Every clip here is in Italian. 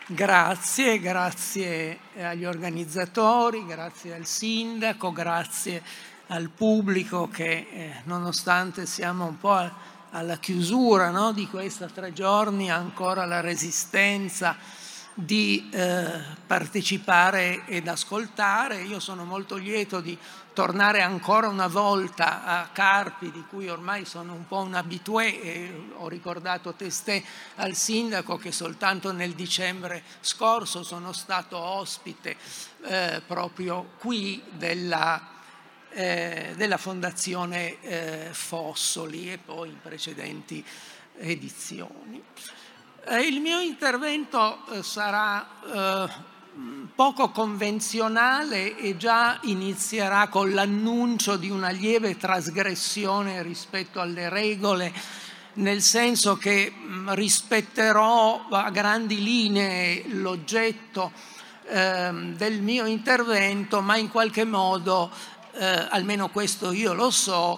Grazie agli organizzatori, grazie al sindaco, grazie al pubblico che nonostante siamo un po' alla chiusura, no, di questi 3 giorni, ha ancora la resistenza di partecipare ed ascoltare. Io sono molto lieto di tornare ancora una volta a Carpi, di cui ormai sono un po' un habitué, e ho ricordato testè al sindaco che soltanto nel dicembre scorso sono stato ospite proprio qui della Fondazione Fossoli e poi in precedenti edizioni. Il mio intervento sarà poco convenzionale e già inizierà con l'annuncio di una lieve trasgressione rispetto alle regole, nel senso che rispetterò a grandi linee l'oggetto del mio intervento, ma in qualche modo, almeno questo io lo so,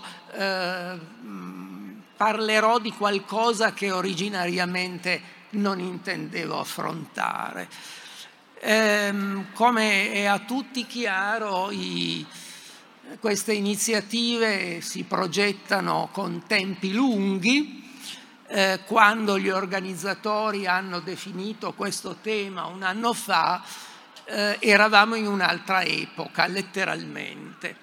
parlerò di qualcosa che originariamente non intendevo affrontare. Come è a tutti chiaro, queste iniziative si progettano con tempi lunghi. Quando gli organizzatori hanno definito questo tema un anno fa, eravamo in un'altra epoca, letteralmente.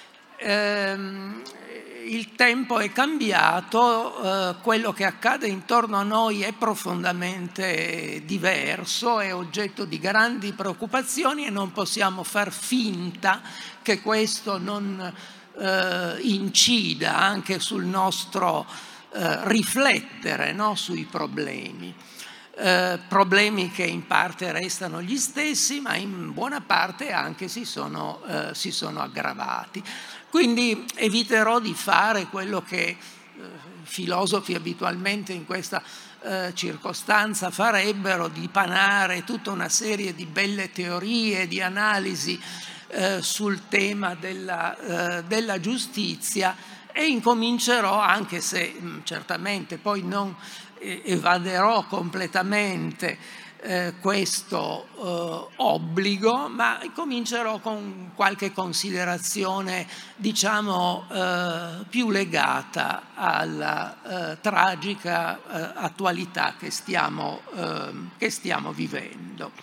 Il tempo è cambiato, quello che accade intorno a noi è profondamente diverso, è oggetto di grandi preoccupazioni e non possiamo far finta che questo non incida anche sul nostro riflettere, no, sui problemi. Problemi che in parte restano gli stessi, ma in buona parte anche si sono aggravati. Quindi eviterò di fare quello che i filosofi abitualmente in questa circostanza farebbero, di panare tutta una serie di belle teorie, di analisi sul tema della giustizia, e incomincerò, anche se certamente poi non evaderò completamente questo obbligo, ma comincerò con qualche considerazione, diciamo, più legata alla tragica attualità che stiamo vivendo.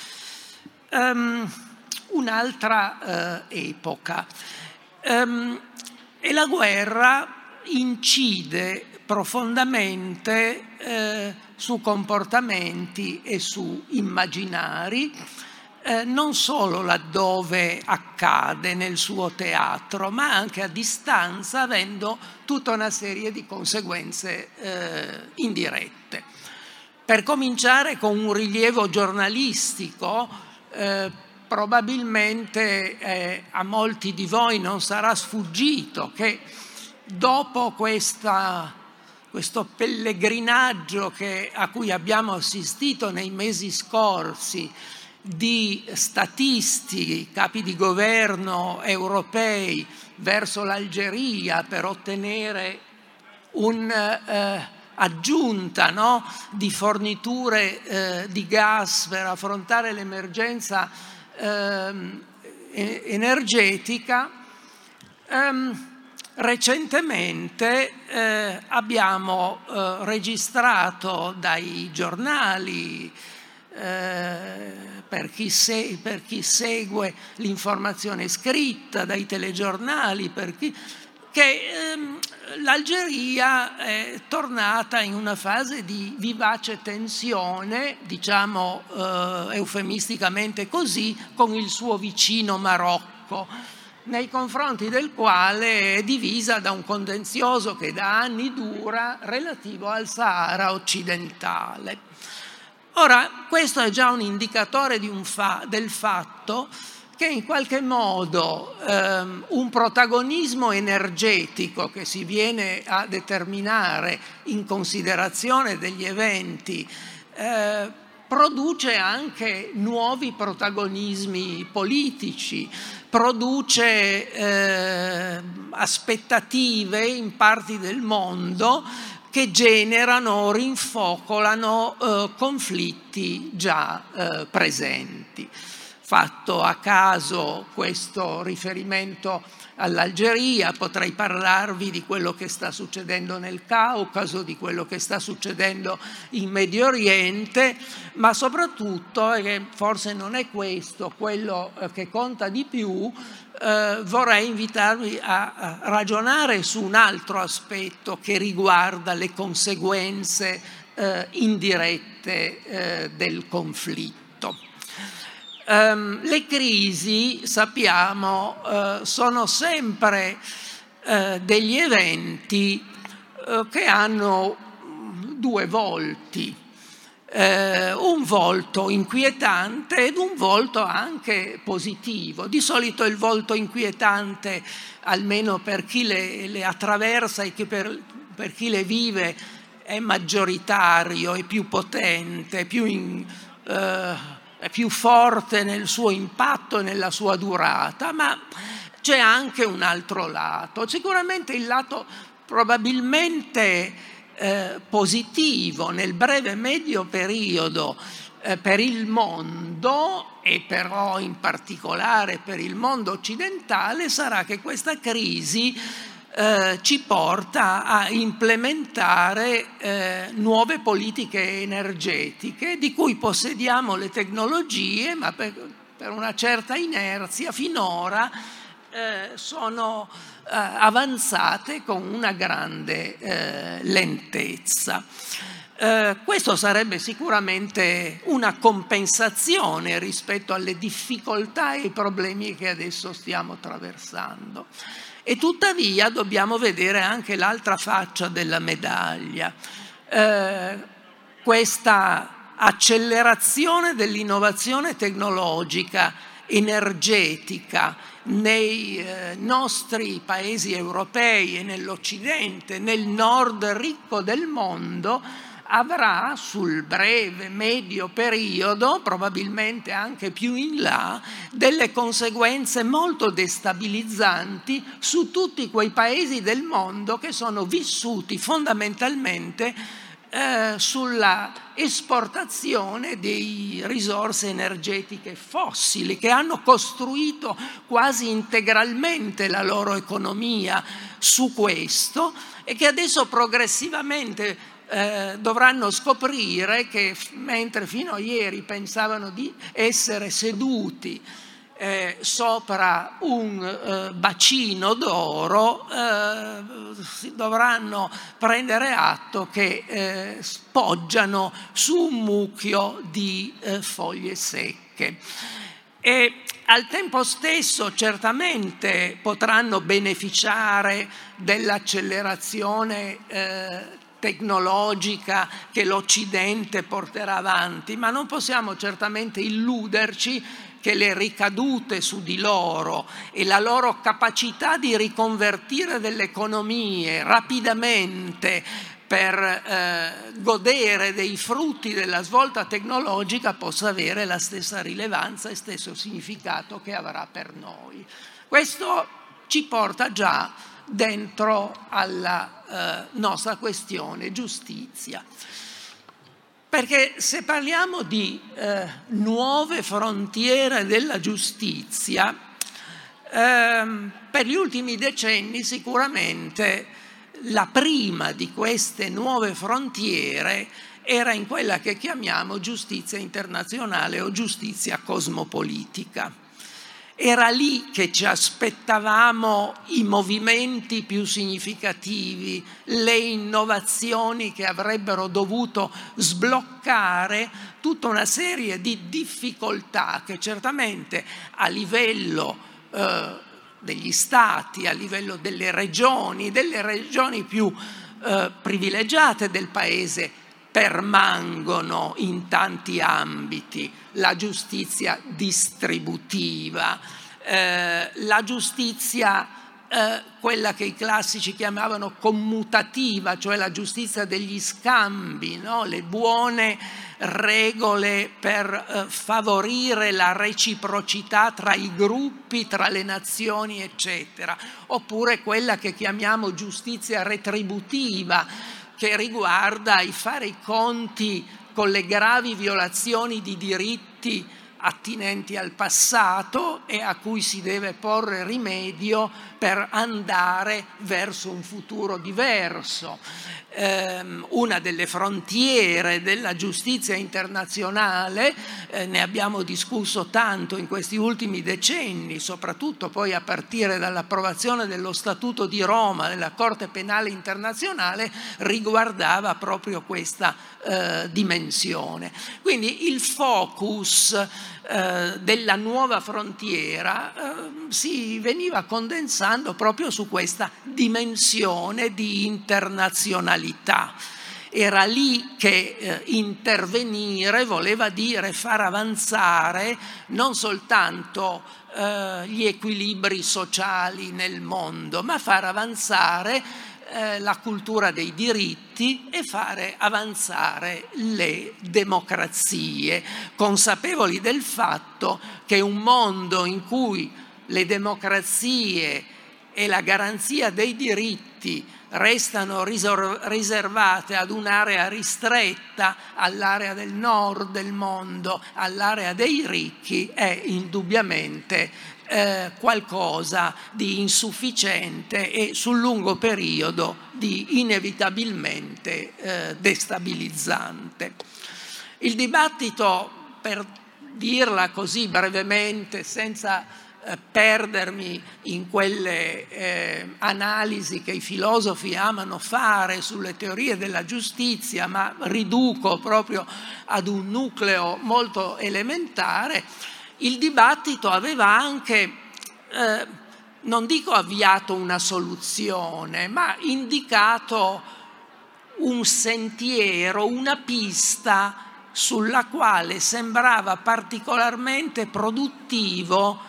Un'altra epoca. E la guerra incide profondamente su comportamenti e su immaginari, non solo laddove accade nel suo teatro, ma anche a distanza, avendo tutta una serie di conseguenze indirette. Per cominciare con un rilievo giornalistico, probabilmente a molti di voi non sarà sfuggito che dopo questo pellegrinaggio a cui abbiamo assistito nei mesi scorsi di statisti, capi di governo europei verso l'Algeria per ottenere un'aggiunta, no, di forniture di gas per affrontare l'emergenza energetica, recentemente abbiamo registrato dai giornali, per chi segue l'informazione scritta, dai telegiornali, che l'Algeria è tornata in una fase di vivace tensione, diciamo eufemisticamente così, con il suo vicino Marocco, nei confronti del quale è divisa da un contenzioso che da anni dura relativo al Sahara occidentale. Ora, questo è già un indicatore del fatto che in qualche modo un protagonismo energetico che si viene a determinare in considerazione degli eventi produce anche nuovi protagonismi politici, produce aspettative in parti del mondo che generano o rinfocolano conflitti già presenti. Fatto a caso questo riferimento all'Algeria, potrei parlarvi di quello che sta succedendo nel Caucaso, di quello che sta succedendo in Medio Oriente, ma soprattutto, e forse non è questo quello che conta di più, vorrei invitarvi a ragionare su un altro aspetto che riguarda le conseguenze indirette del conflitto. Le crisi, sappiamo, sono sempre degli eventi che hanno due volti, un volto inquietante ed un volto anche positivo. Di solito il volto inquietante, almeno per chi le attraversa e che per chi le vive, è maggioritario, è più potente, è più forte nel suo impatto e nella sua durata, ma c'è anche un altro lato. Sicuramente il lato probabilmente positivo nel breve e medio periodo per il mondo, e però in particolare per il mondo occidentale, sarà che questa crisi ci porta a implementare nuove politiche energetiche di cui possediamo le tecnologie, ma per una certa inerzia finora sono avanzate con una grande lentezza. Questo sarebbe sicuramente una compensazione rispetto alle difficoltà e ai problemi che adesso stiamo attraversando. E tuttavia dobbiamo vedere anche l'altra faccia della medaglia. Questa accelerazione dell'innovazione tecnologica, energetica nei nostri paesi europei e nell'Occidente, nel nord ricco del mondo, avrà sul breve, medio periodo, probabilmente anche più in là, delle conseguenze molto destabilizzanti su tutti quei paesi del mondo che sono vissuti fondamentalmente sulla esportazione di risorse energetiche fossili, che hanno costruito quasi integralmente la loro economia su questo e che adesso progressivamente dovranno scoprire che, mentre fino a ieri pensavano di essere seduti sopra un bacino d'oro, si dovranno prendere atto che poggiano su un mucchio di foglie secche. E al tempo stesso certamente potranno beneficiare dell'accelerazione tecnologica che l'Occidente porterà avanti, ma non possiamo certamente illuderci che le ricadute su di loro e la loro capacità di riconvertire delle economie rapidamente per godere dei frutti della svolta tecnologica possa avere la stessa rilevanza e stesso significato che avrà per noi. Questo ci porta già dentro alla nostra questione giustizia. Perché se parliamo di nuove frontiere della giustizia, per gli ultimi decenni sicuramente la prima di queste nuove frontiere era in quella che chiamiamo giustizia internazionale o giustizia cosmopolitica. Era lì che ci aspettavamo i movimenti più significativi, le innovazioni che avrebbero dovuto sbloccare tutta una serie di difficoltà che certamente a livello degli stati, a livello delle regioni più privilegiate del paese, permangono in tanti ambiti: la giustizia distributiva, la giustizia quella che i classici chiamavano commutativa, cioè la giustizia degli scambi, no? Le buone regole per favorire la reciprocità tra i gruppi, tra le nazioni, eccetera. Oppure quella che chiamiamo giustizia retributiva, che riguarda il fare i conti con le gravi violazioni di diritti attinenti al passato e a cui si deve porre rimedio per andare verso un futuro diverso. Una delle frontiere della giustizia internazionale, ne abbiamo discusso tanto in questi ultimi decenni, soprattutto poi a partire dall'approvazione dello Statuto di Roma della Corte Penale Internazionale, riguardava proprio questa dimensione. Quindi il focus della nuova frontiera si veniva condensando proprio su questa dimensione di internazionalità. Era lì che intervenire voleva dire far avanzare non soltanto gli equilibri sociali nel mondo, ma far avanzare la cultura dei diritti e fare avanzare le democrazie, consapevoli del fatto che un mondo in cui le democrazie e la garanzia dei diritti restano riservate ad un'area ristretta, all'area del nord del mondo, all'area dei ricchi, è indubbiamente qualcosa di insufficiente e sul lungo periodo di inevitabilmente destabilizzante. Il dibattito, per dirla così brevemente, senza perdermi in quelle analisi che i filosofi amano fare sulle teorie della giustizia, ma riduco proprio ad un nucleo molto elementare, il dibattito aveva anche, non dico avviato una soluzione, ma indicato un sentiero, una pista sulla quale sembrava particolarmente produttivo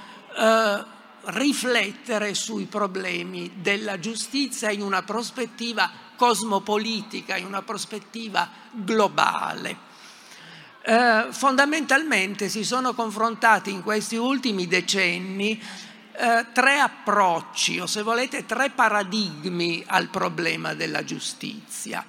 riflettere sui problemi della giustizia in una prospettiva cosmopolitica, in una prospettiva globale. Fondamentalmente si sono confrontati in questi ultimi decenni tre approcci, o se volete tre paradigmi al problema della giustizia.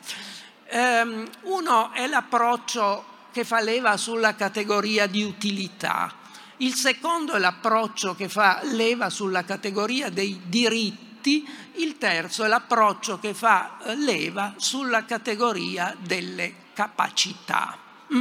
Uno è l'approccio che fa leva sulla categoria di utilità. Il secondo è l'approccio che fa leva sulla categoria dei diritti. Il terzo è l'approccio che fa leva sulla categoria delle capacità.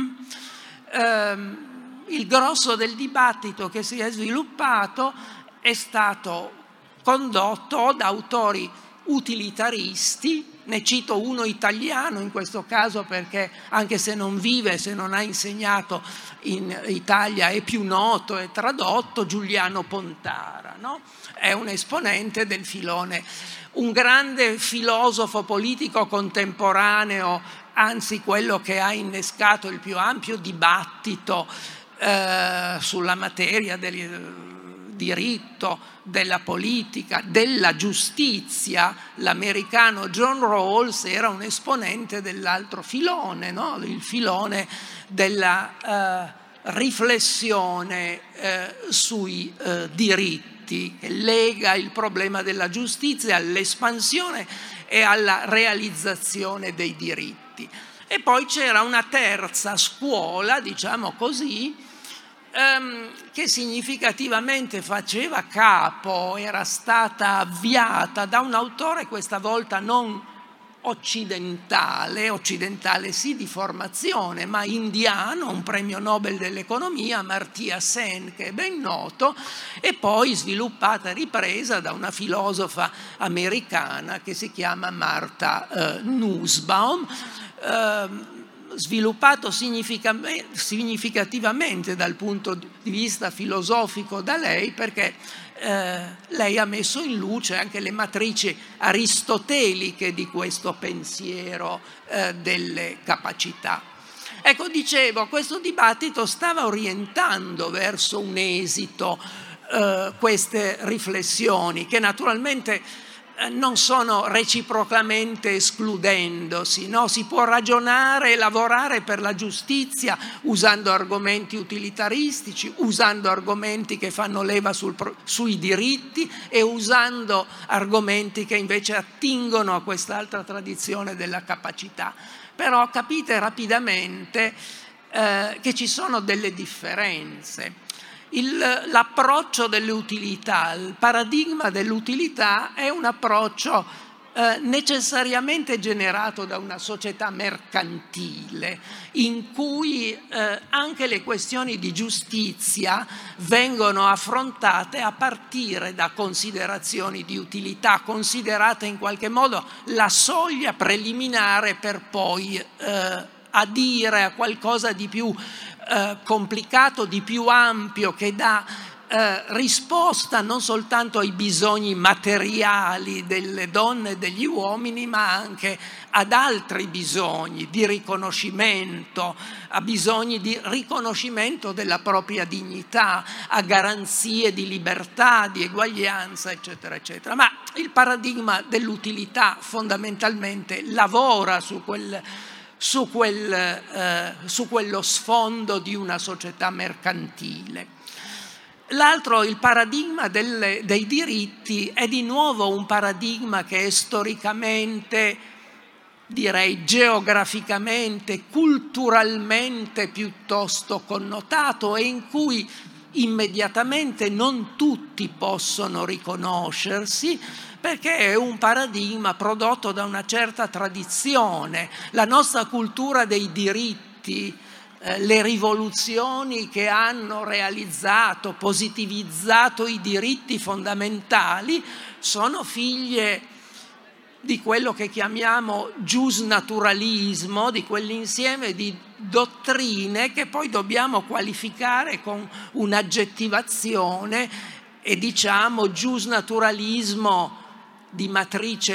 Il grosso del dibattito che si è sviluppato è stato condotto da autori utilitaristi. Ne cito uno italiano in questo caso perché, anche se non vive, se non ha insegnato in Italia, è più noto e tradotto, Giuliano Pontara, no? È un esponente del filone, un grande filosofo politico contemporaneo, anzi quello che ha innescato il più ampio dibattito sulla materia del diritto, della politica, della giustizia. L'americano John Rawls era un esponente dell'altro filone, no? Il filone della riflessione sui diritti, che lega il problema della giustizia all'espansione e alla realizzazione dei diritti. E poi c'era una terza scuola, diciamo così, che significativamente faceva capo, era stata avviata da un autore questa volta non occidentale sì di formazione, ma indiano, un premio Nobel dell'economia, Amartya Sen, che è ben noto, e poi sviluppata e ripresa da una filosofa americana che si chiama Martha Nussbaum, sviluppato significativamente dal punto di vista filosofico da lei, perché lei ha messo in luce anche le matrici aristoteliche di questo pensiero delle capacità. Ecco, dicevo, questo dibattito stava orientando verso un esito queste riflessioni, che naturalmente non sono reciprocamente escludendosi, no? Si può ragionare e lavorare per la giustizia usando argomenti utilitaristici, usando argomenti che fanno leva sui diritti e usando argomenti che invece attingono a quest'altra tradizione della capacità. Però capite rapidamente che ci sono delle differenze. L'approccio delle utilità, il paradigma dell'utilità è un approccio necessariamente generato da una società mercantile in cui anche le questioni di giustizia vengono affrontate a partire da considerazioni di utilità, considerate in qualche modo la soglia preliminare per poi adire a qualcosa di più complicato, di più ampio, che dà risposta non soltanto ai bisogni materiali delle donne e degli uomini, ma anche ad altri bisogni di riconoscimento, a bisogni di riconoscimento della propria dignità, a garanzie di libertà, di eguaglianza, eccetera, eccetera. Ma il paradigma dell'utilità fondamentalmente lavora su quello sfondo di una società mercantile. L'altro, il paradigma dei diritti, è di nuovo un paradigma che è storicamente, direi geograficamente, culturalmente piuttosto connotato e in cui immediatamente non tutti possono riconoscersi, perché è un paradigma prodotto da una certa tradizione. La nostra cultura dei diritti, le rivoluzioni che hanno realizzato, positivizzato i diritti fondamentali, sono figlie di quello che chiamiamo giusnaturalismo, di quell'insieme di dottrine che poi dobbiamo qualificare con un'aggettivazione e diciamo giusnaturalismo di matrice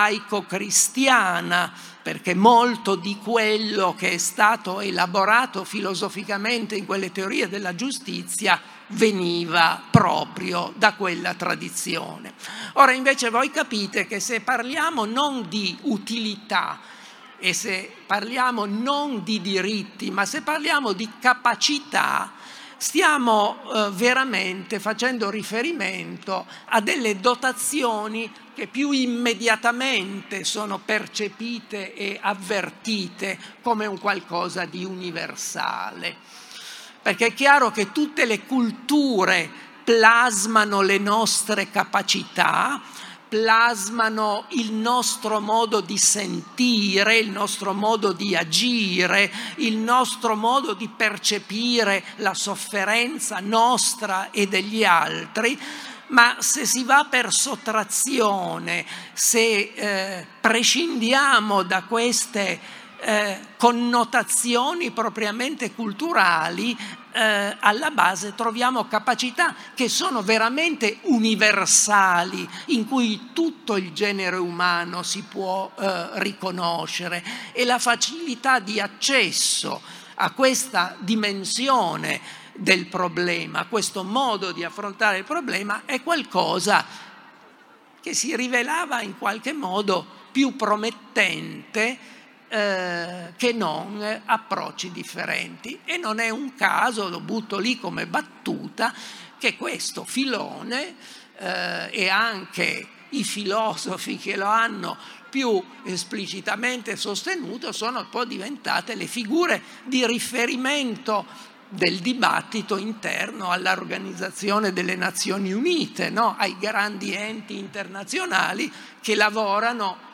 ebraico-cristiana, perché molto di quello che è stato elaborato filosoficamente in quelle teorie della giustizia veniva proprio da quella tradizione. Ora invece voi capite che se parliamo non di utilità e se parliamo non di diritti, ma se parliamo di capacità, stiamo veramente facendo riferimento a delle dotazioni che più immediatamente sono percepite e avvertite come un qualcosa di universale. Perché è chiaro che tutte le culture plasmano le nostre capacità, plasmano il nostro modo di sentire, il nostro modo di agire, il nostro modo di percepire la sofferenza nostra e degli altri, ma se si va per sottrazione, se prescindiamo da queste connotazioni propriamente culturali, alla base troviamo capacità che sono veramente universali, in cui tutto il genere umano si può riconoscere, e la facilità di accesso a questa dimensione del problema, a questo modo di affrontare il problema, è qualcosa che si rivelava in qualche modo più promettente che non approcci differenti. E non è un caso, lo butto lì come battuta, che questo filone e anche i filosofi che lo hanno più esplicitamente sostenuto sono poi diventate le figure di riferimento del dibattito interno all'Organizzazione delle Nazioni Unite, no? Ai grandi enti internazionali che lavorano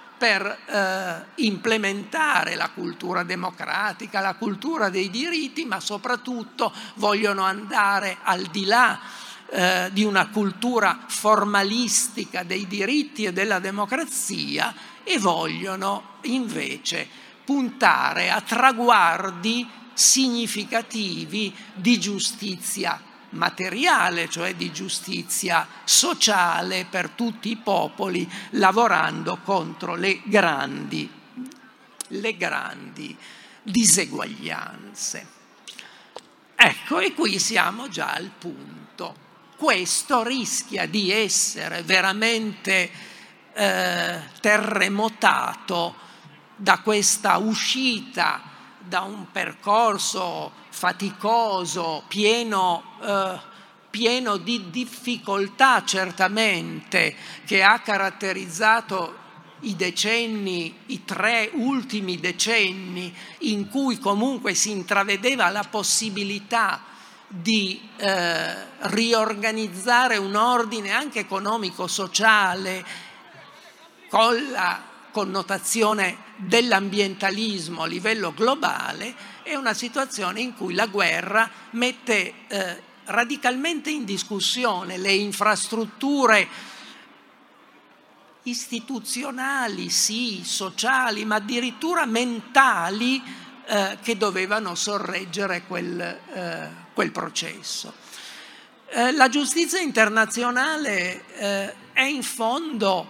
per implementare la cultura democratica, la cultura dei diritti, ma soprattutto vogliono andare al di là di una cultura formalistica dei diritti e della democrazia e vogliono invece puntare a traguardi significativi di giustizia materiale, cioè di giustizia sociale per tutti i popoli, lavorando contro le grandi diseguaglianze. Ecco, e qui siamo già al punto. Questo rischia di essere veramente terremotato da questa uscita da un percorso faticoso, pieno di difficoltà certamente, che ha caratterizzato i decenni, i 3 ultimi decenni, in cui comunque si intravedeva la possibilità di riorganizzare un ordine anche economico-sociale con la connotazione dell'ambientalismo a livello globale, è una situazione in cui la guerra mette radicalmente in discussione le infrastrutture istituzionali, sì, sociali, ma addirittura mentali che dovevano sorreggere quel processo. La giustizia internazionale è in fondo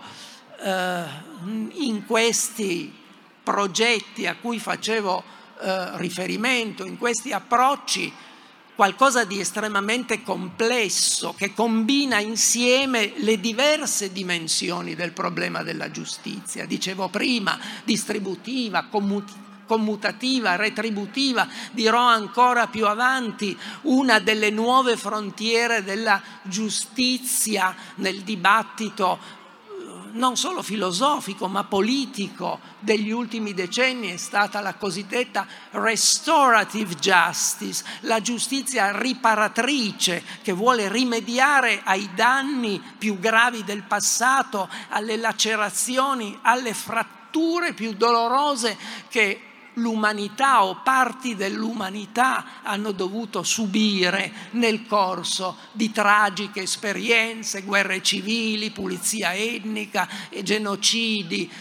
in questi progetti a cui facevo riferimento, in questi approcci, qualcosa di estremamente complesso che combina insieme le diverse dimensioni del problema della giustizia. Dicevo prima, distributiva, commutativa, retributiva, dirò ancora più avanti, una delle nuove frontiere della giustizia nel dibattito non solo filosofico ma politico degli ultimi decenni è stata la cosiddetta restorative justice, la giustizia riparatrice che vuole rimediare ai danni più gravi del passato, alle lacerazioni, alle fratture più dolorose che l'umanità o parti dell'umanità hanno dovuto subire nel corso di tragiche esperienze, guerre civili, pulizia etnica e genocidi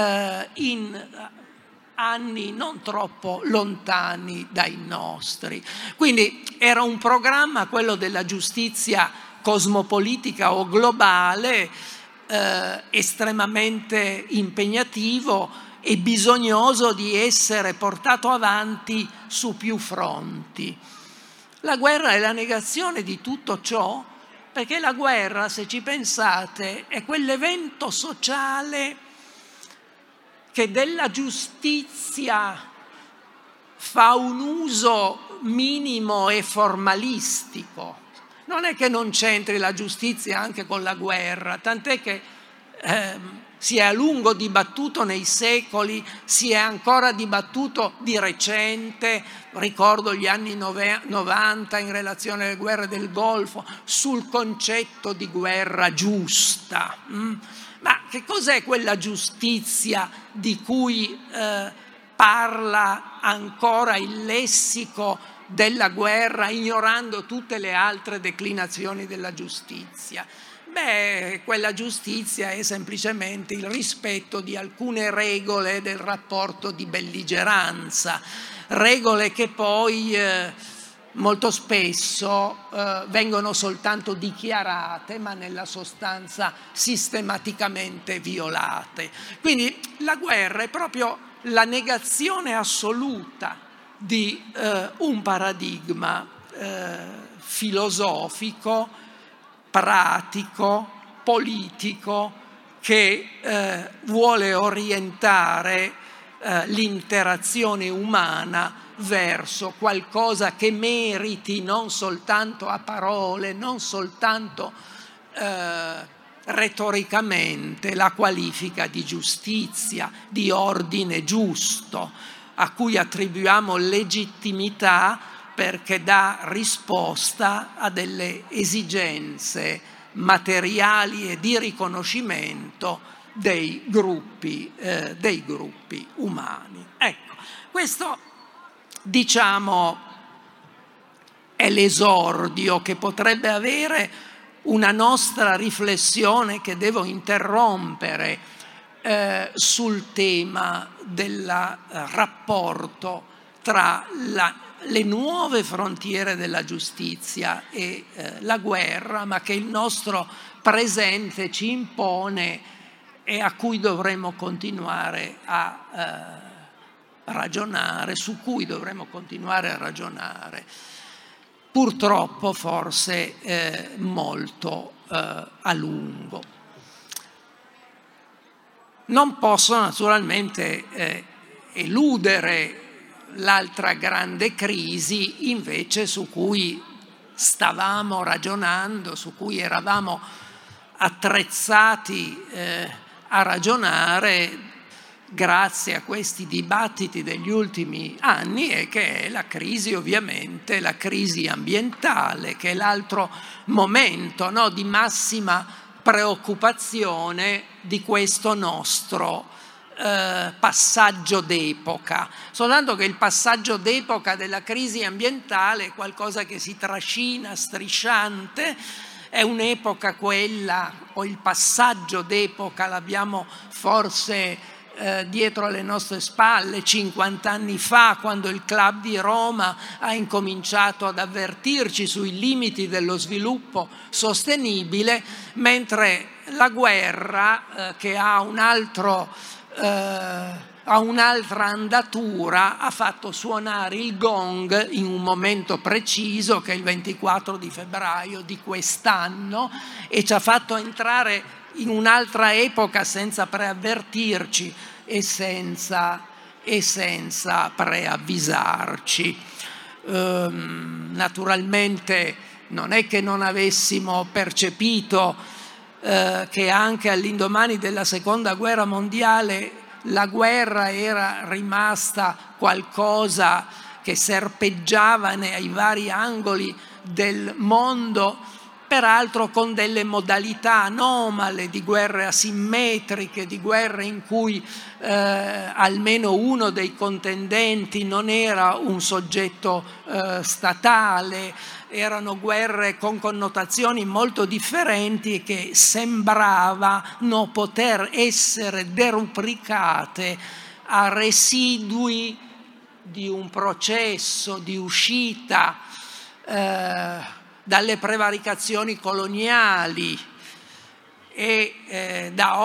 in anni non troppo lontani dai nostri. Quindi era un programma, quello della giustizia cosmopolitica o globale, estremamente impegnativo e bisognoso di essere portato avanti su più fronti. La guerra è la negazione di tutto ciò, perché la guerra, se ci pensate, è quell'evento sociale che della giustizia fa un uso minimo e formalistico. Non è che non c'entri la giustizia anche con la guerra, tant'è che si è a lungo dibattuto nei secoli, si è ancora dibattuto di recente, ricordo gli anni 90 in relazione alle guerre del Golfo, sul concetto di guerra giusta. Ma che cos'è quella giustizia di cui parla ancora il lessico della guerra, ignorando tutte le altre declinazioni della giustizia? Beh, quella giustizia è semplicemente il rispetto di alcune regole del rapporto di belligeranza, regole che poi molto spesso vengono soltanto dichiarate, ma nella sostanza sistematicamente violate. Quindi la guerra è proprio la negazione assoluta di un paradigma filosofico, pratico, politico, che vuole orientare l'interazione umana verso qualcosa che meriti non soltanto a parole, non soltanto retoricamente la qualifica di giustizia, di ordine giusto, a cui attribuiamo legittimità perché dà risposta a delle esigenze materiali e di riconoscimento dei gruppi umani. Ecco, questo diciamo è l'esordio che potrebbe avere una nostra riflessione che devo interrompere sul tema del rapporto tra le nuove frontiere della giustizia e la guerra, ma che il nostro presente ci impone e a cui dovremo continuare a ragionare, su cui dovremo continuare a ragionare, purtroppo forse molto a lungo. non posso naturalmente eludere l'altra grande crisi invece su cui stavamo ragionando, su cui eravamo attrezzati a ragionare grazie a questi dibattiti degli ultimi anni, e che è la crisi, ovviamente, la crisi ambientale, che è l'altro momento, no, di massima preoccupazione di questo nostro passaggio d'epoca. Soltanto che il passaggio d'epoca della crisi ambientale è qualcosa che si trascina strisciante, è un'epoca quella, o il passaggio d'epoca l'abbiamo forse dietro alle nostre spalle 50 anni fa, quando il Club di Roma ha incominciato ad avvertirci sui limiti dello sviluppo sostenibile, mentre la guerra, che ha un'altra andatura, ha fatto suonare il gong in un momento preciso, che è il 24 di febbraio di quest'anno, e ci ha fatto entrare in un'altra epoca senza preavvertirci e senza preavvisarci. Naturalmente non è che non avessimo percepito che anche all'indomani della Seconda Guerra Mondiale la guerra era rimasta qualcosa che serpeggiava ai vari angoli del mondo, peraltro con delle modalità anomale di guerre asimmetriche, di guerre in cui almeno uno dei contendenti non era un soggetto statale. Erano guerre con connotazioni molto differenti che sembravano poter essere derubricate a residui di un processo di uscita dalle prevaricazioni coloniali e da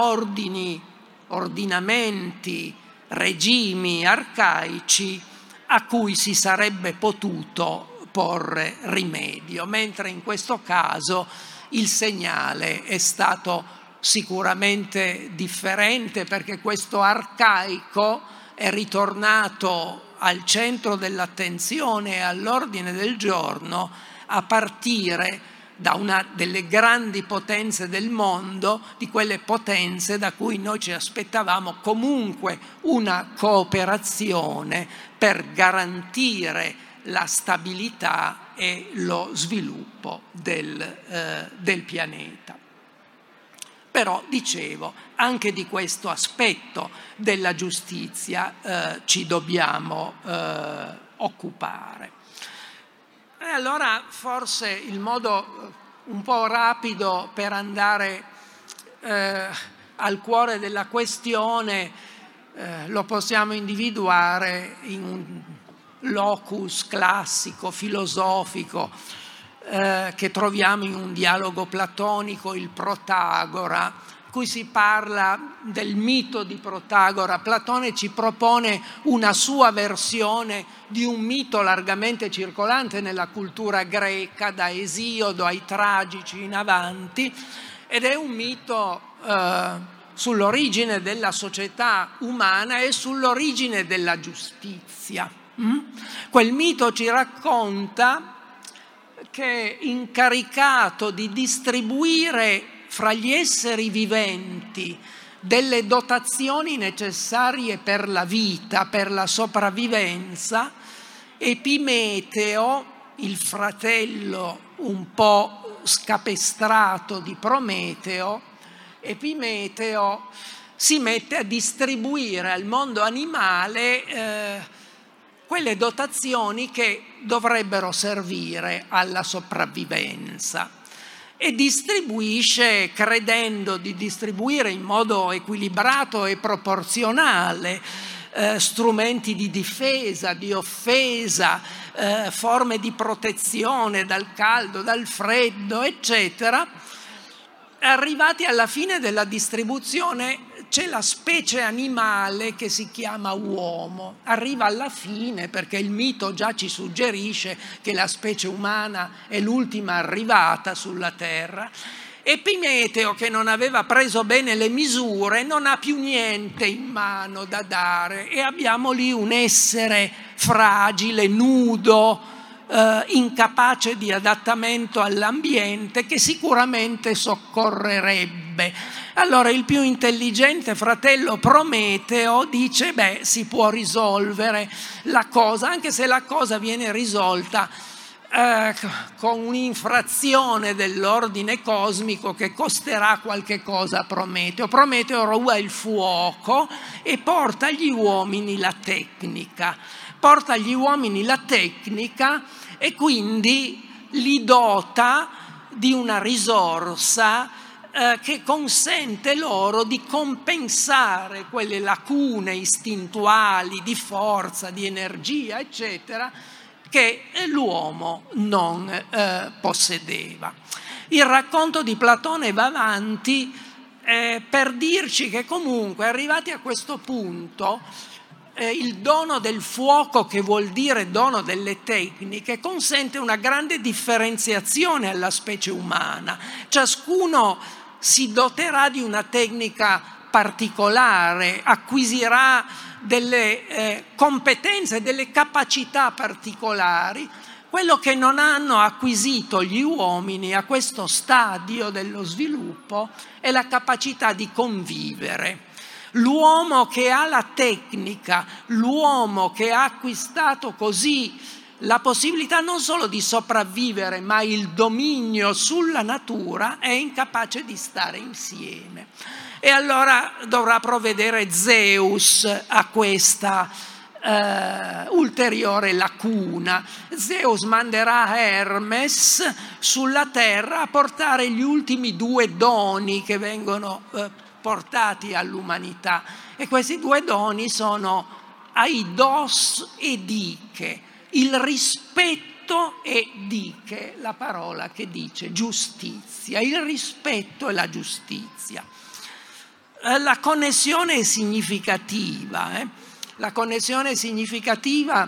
ordinamenti, regimi arcaici a cui si sarebbe potuto porre rimedio, mentre in questo caso il segnale è stato sicuramente differente, perché questo arcaico è ritornato al centro dell'attenzione e all'ordine del giorno a partire da una delle grandi potenze del mondo, di quelle potenze da cui noi ci aspettavamo comunque una cooperazione per garantire la stabilità e lo sviluppo del pianeta. Però, dicevo, anche di questo aspetto della giustizia ci dobbiamo occupare. E allora forse il modo un po' rapido per andare al cuore della questione lo possiamo individuare in un locus classico, filosofico, che troviamo in un dialogo platonico, il Protagora, in cui si parla del mito di Protagora. Platone ci propone una sua versione di un mito largamente circolante nella cultura greca, da Esiodo ai Tragici in avanti, ed è un mito sull'origine della società umana e sull'origine della giustizia. Quel mito ci racconta che, incaricato di distribuire fra gli esseri viventi delle dotazioni necessarie per la vita, per la sopravvivenza, Epimeteo, il fratello un po' scapestrato di Prometeo, Epimeteo si mette a distribuire al mondo animale quelle dotazioni che dovrebbero servire alla sopravvivenza, e distribuisce, credendo di distribuire in modo equilibrato e proporzionale, strumenti di difesa, di offesa, forme di protezione dal caldo, dal freddo, eccetera. Arrivati alla fine della distribuzione c'è la specie animale che si chiama uomo. Arriva alla fine perché il mito già ci suggerisce che la specie umana è l'ultima arrivata sulla terra, Epimeteo, che non aveva preso bene le misure, non ha più niente in mano da dare e abbiamo lì un essere fragile, nudo, incapace di adattamento all'ambiente, che sicuramente soccorrerebbe. Allora il più intelligente fratello Prometeo dice: beh, si può risolvere la cosa, anche se la cosa viene risolta con un'infrazione dell'ordine cosmico che costerà qualche cosa a Prometeo. Prometeo ruba il fuoco e porta agli uomini la tecnica. Porta agli uomini la tecnica e quindi li dota di una risorsa che consente loro di compensare quelle lacune istintuali di forza, di energia, eccetera, che l'uomo non possedeva. Il racconto di Platone va avanti per dirci che comunque, arrivati a questo punto, il dono del fuoco, che vuol dire dono delle tecniche, consente una grande differenziazione alla specie umana. Ciascuno si doterà di una tecnica particolare, acquisirà delle competenze, delle capacità particolari. Quello che non hanno acquisito gli uomini a questo stadio dello sviluppo è la capacità di convivere. L'uomo che ha la tecnica, l'uomo che ha acquistato così la possibilità non solo di sopravvivere, ma il dominio sulla natura, è incapace di stare insieme. E allora dovrà provvedere Zeus a questa ulteriore lacuna. Zeus manderà Hermes sulla terra a portare gli ultimi due doni che vengono portati all'umanità, e questi due doni sono aidos e dike. Il rispetto e dike, la parola che dice giustizia, il rispetto e la giustizia. La connessione è significativa. La connessione è significativa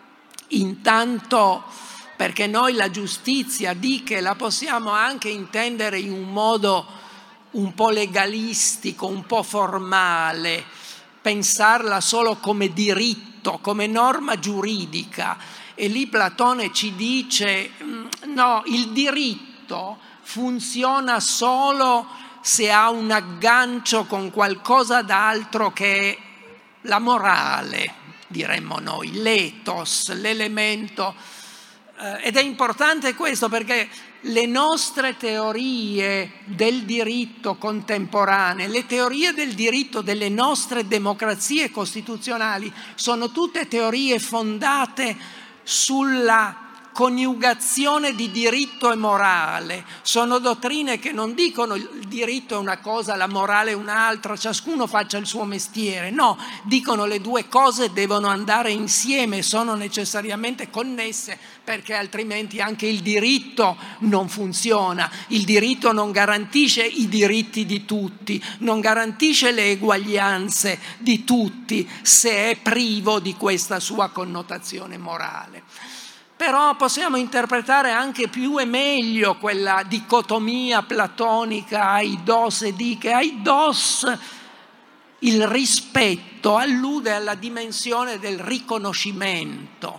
intanto perché noi la giustizia, dike, la possiamo anche intendere in un modo un po' legalistico, un po' formale, pensarla solo come diritto, come norma giuridica. E lì Platone ci dice: no, il diritto funziona solo se ha un aggancio con qualcosa d'altro che è la morale, diremmo noi, l'ethos, l'elemento. Ed è importante questo perché le nostre teorie del diritto contemporanee, le teorie del diritto delle nostre democrazie costituzionali sono tutte teorie fondate sulla coniugazione di diritto e morale. Sono dottrine che non dicono il diritto è una cosa, la morale è un'altra, ciascuno faccia il suo mestiere. No, dicono le due cose devono andare insieme, sono necessariamente connesse, perché altrimenti anche il diritto non funziona. Il diritto non garantisce i diritti di tutti, non garantisce le eguaglianze di tutti se è privo di questa sua connotazione morale. Però possiamo interpretare anche più e meglio quella dicotomia platonica aidos e dike. Aidos, il rispetto, allude alla dimensione del riconoscimento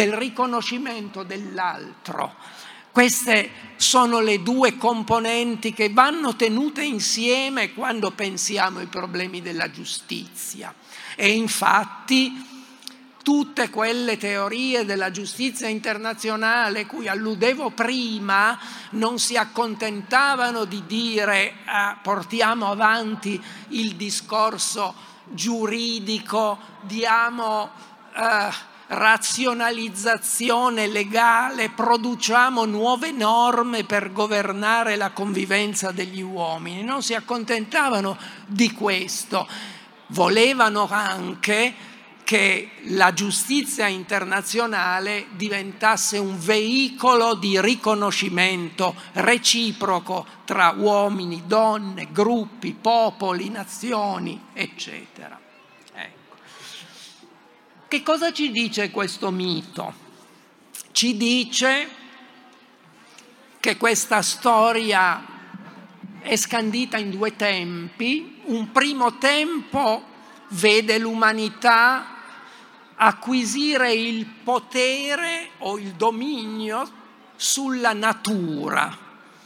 dell'altro. Queste sono le due componenti che vanno tenute insieme quando pensiamo ai problemi della giustizia. E infatti tutte quelle teorie della giustizia internazionale cui alludevo prima non si accontentavano di dire portiamo avanti il discorso giuridico, diamo razionalizzazione legale, produciamo nuove norme per governare la convivenza degli uomini. Non si accontentavano di questo, volevano anche che la giustizia internazionale diventasse un veicolo di riconoscimento reciproco tra uomini, donne, gruppi, popoli, nazioni, eccetera. Ecco. Che cosa ci dice questo mito? Ci dice che questa storia è scandita in due tempi. Un primo tempo vede l'umanità acquisire il potere o il dominio sulla natura,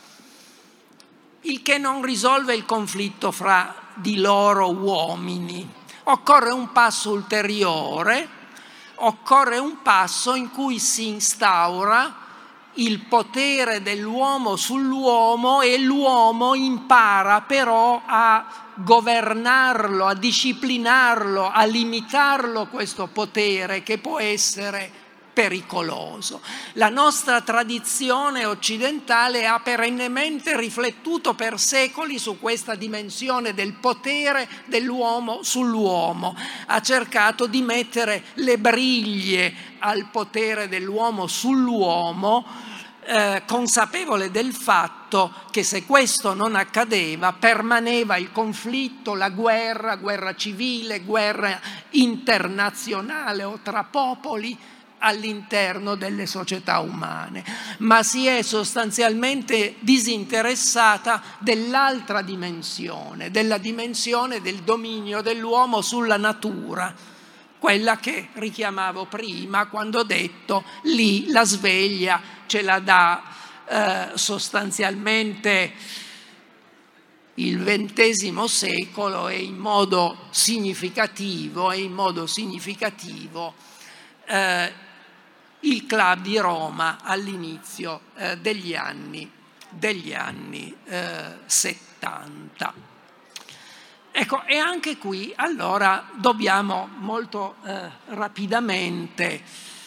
il che non risolve il conflitto fra di loro uomini. Occorre un passo ulteriore, occorre un passo in cui si instaura il potere dell'uomo sull'uomo e l'uomo impara però a governarlo, a disciplinarlo, a limitarlo questo potere che può essere pericoloso. La nostra tradizione occidentale ha perennemente riflettuto per secoli su questa dimensione del potere dell'uomo sull'uomo, ha cercato di mettere le briglie al potere dell'uomo sull'uomo, consapevole del fatto che se questo non accadeva permaneva il conflitto, la guerra civile, guerra internazionale o tra popoli all'interno delle società umane, ma si è sostanzialmente disinteressata dell'altra dimensione, della dimensione del dominio dell'uomo sulla natura, quella che richiamavo prima quando ho detto lì la sveglia ce la dà sostanzialmente il XX secolo e in modo significativo il Club di Roma all'inizio degli anni 70. Ecco, e anche qui allora dobbiamo molto rapidamente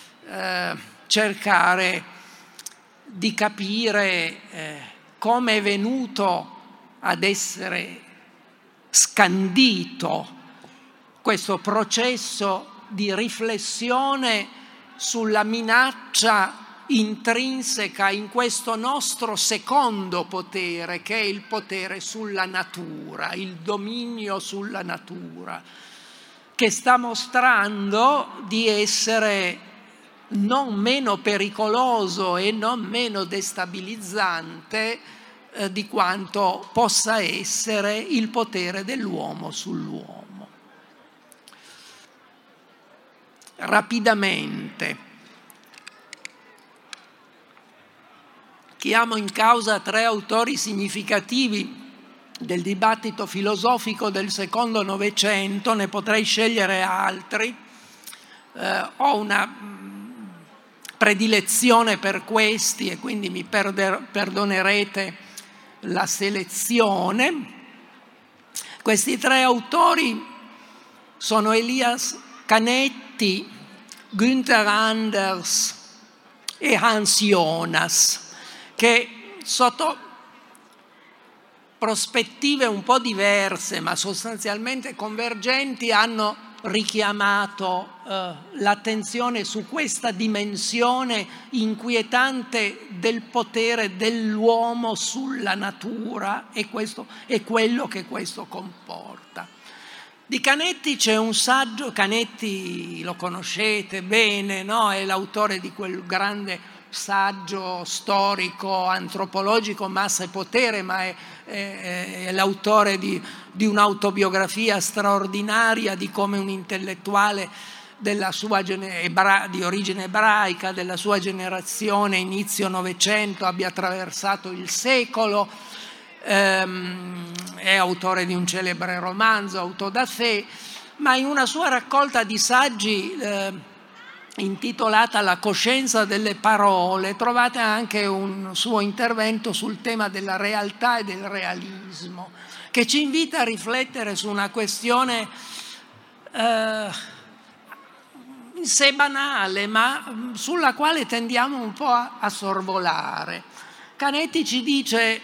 cercare di capire come è venuto ad essere scandito questo processo di riflessione sulla minaccia intrinseca in questo nostro secondo potere, che è il potere sulla natura, il dominio sulla natura, che sta mostrando di essere non meno pericoloso e non meno destabilizzante di quanto possa essere il potere dell'uomo sull'uomo. Rapidamente chiamo in causa tre autori significativi del dibattito filosofico del secondo Novecento, ne potrei scegliere altri. Ho una predilezione per questi e quindi mi perdonerete la selezione. Questi tre autori sono Elias Canetti, Günther Anders e Hans Jonas, che sotto prospettive un po' diverse ma sostanzialmente convergenti hanno richiamato l'attenzione su questa dimensione inquietante del potere dell'uomo sulla natura e quello che questo comporta. Di Canetti c'è un saggio, Canetti lo conoscete bene, no? È l'autore di quel grande saggio storico, antropologico, Massa e potere, ma è l'autore di un'autobiografia straordinaria di come un intellettuale della sua di origine ebraica, della sua generazione, inizio Novecento, abbia attraversato il secolo. È autore di un celebre romanzo, Auto da sé, ma in una sua raccolta di saggi intitolata La coscienza delle parole trovate anche un suo intervento sul tema della realtà e del realismo, che ci invita a riflettere su una questione in sé banale, ma sulla quale tendiamo un po' a sorvolare. Canetti ci dice: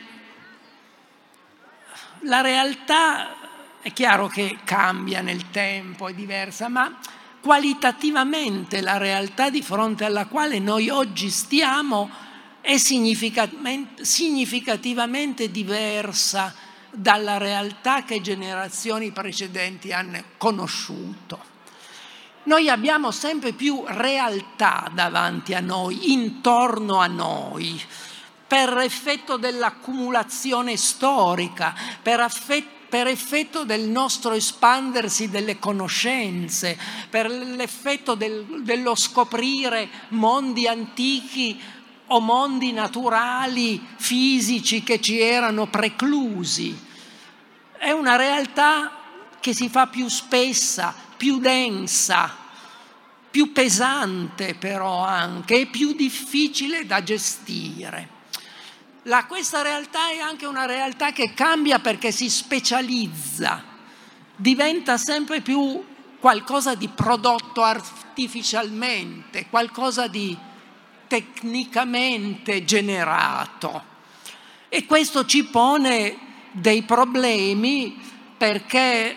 la realtà è chiaro che cambia nel tempo, è diversa, ma qualitativamente la realtà di fronte alla quale noi oggi stiamo è significativamente diversa dalla realtà che generazioni precedenti hanno conosciuto. Noi abbiamo sempre più realtà davanti a noi, intorno a noi. per effetto dell'accumulazione storica, per effetto del nostro espandersi delle conoscenze, per l'effetto dello scoprire mondi antichi o mondi naturali, fisici che ci erano preclusi. È una realtà che si fa più spessa, più densa, più pesante però anche, e più difficile da gestire. Questa realtà è anche una realtà che cambia perché si specializza, diventa sempre più qualcosa di prodotto artificialmente, qualcosa di tecnicamente generato. E questo ci pone dei problemi perché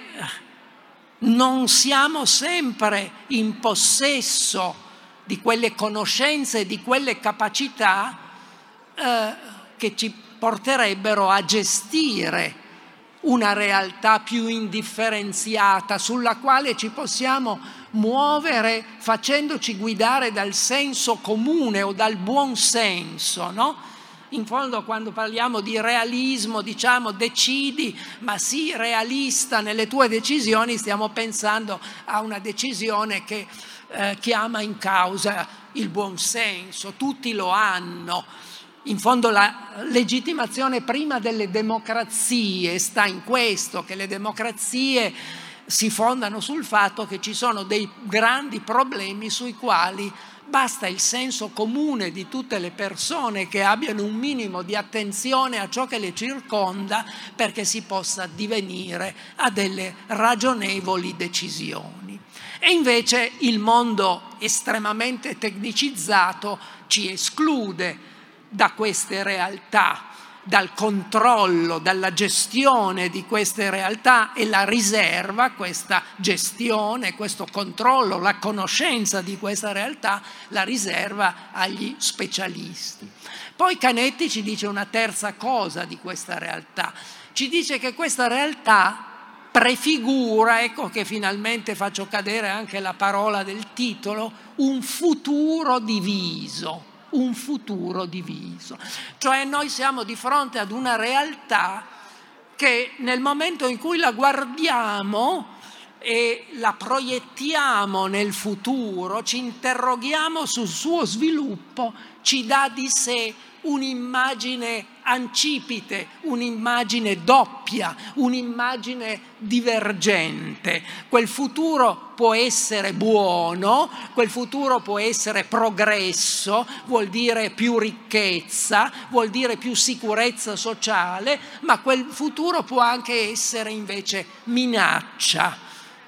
non siamo sempre in possesso di quelle conoscenze, di quelle capacità che ci porterebbero a gestire una realtà più indifferenziata, sulla quale ci possiamo muovere facendoci guidare dal senso comune o dal buon senso, no? In fondo, quando parliamo di realismo, diciamo decidi, ma sii realista nelle tue decisioni, stiamo pensando a una decisione che chiama in causa il buon senso, tutti lo hanno. In fondo la legittimazione prima delle democrazie sta in questo, che le democrazie si fondano sul fatto che ci sono dei grandi problemi sui quali basta il senso comune di tutte le persone che abbiano un minimo di attenzione a ciò che le circonda perché si possa addivenire a delle ragionevoli decisioni. E invece il mondo estremamente tecnicizzato ci esclude da queste realtà, dal controllo, dalla gestione di queste realtà, e la riserva, questa gestione, questo controllo, la conoscenza di questa realtà, la riserva agli specialisti. Poi Canetti ci dice una terza cosa di questa realtà, ci dice che questa realtà prefigura, ecco che finalmente faccio cadere anche la parola del titolo, un futuro diviso. Un futuro diviso. Cioè noi siamo di fronte ad una realtà che nel momento in cui la guardiamo e la proiettiamo nel futuro, ci interroghiamo sul suo sviluppo, ci dà di sé un'immagine ancipite, un'immagine doppia, un'immagine divergente. Quel futuro può essere buono, quel futuro può essere progresso, vuol dire più ricchezza, vuol dire più sicurezza sociale, ma quel futuro può anche essere invece minaccia.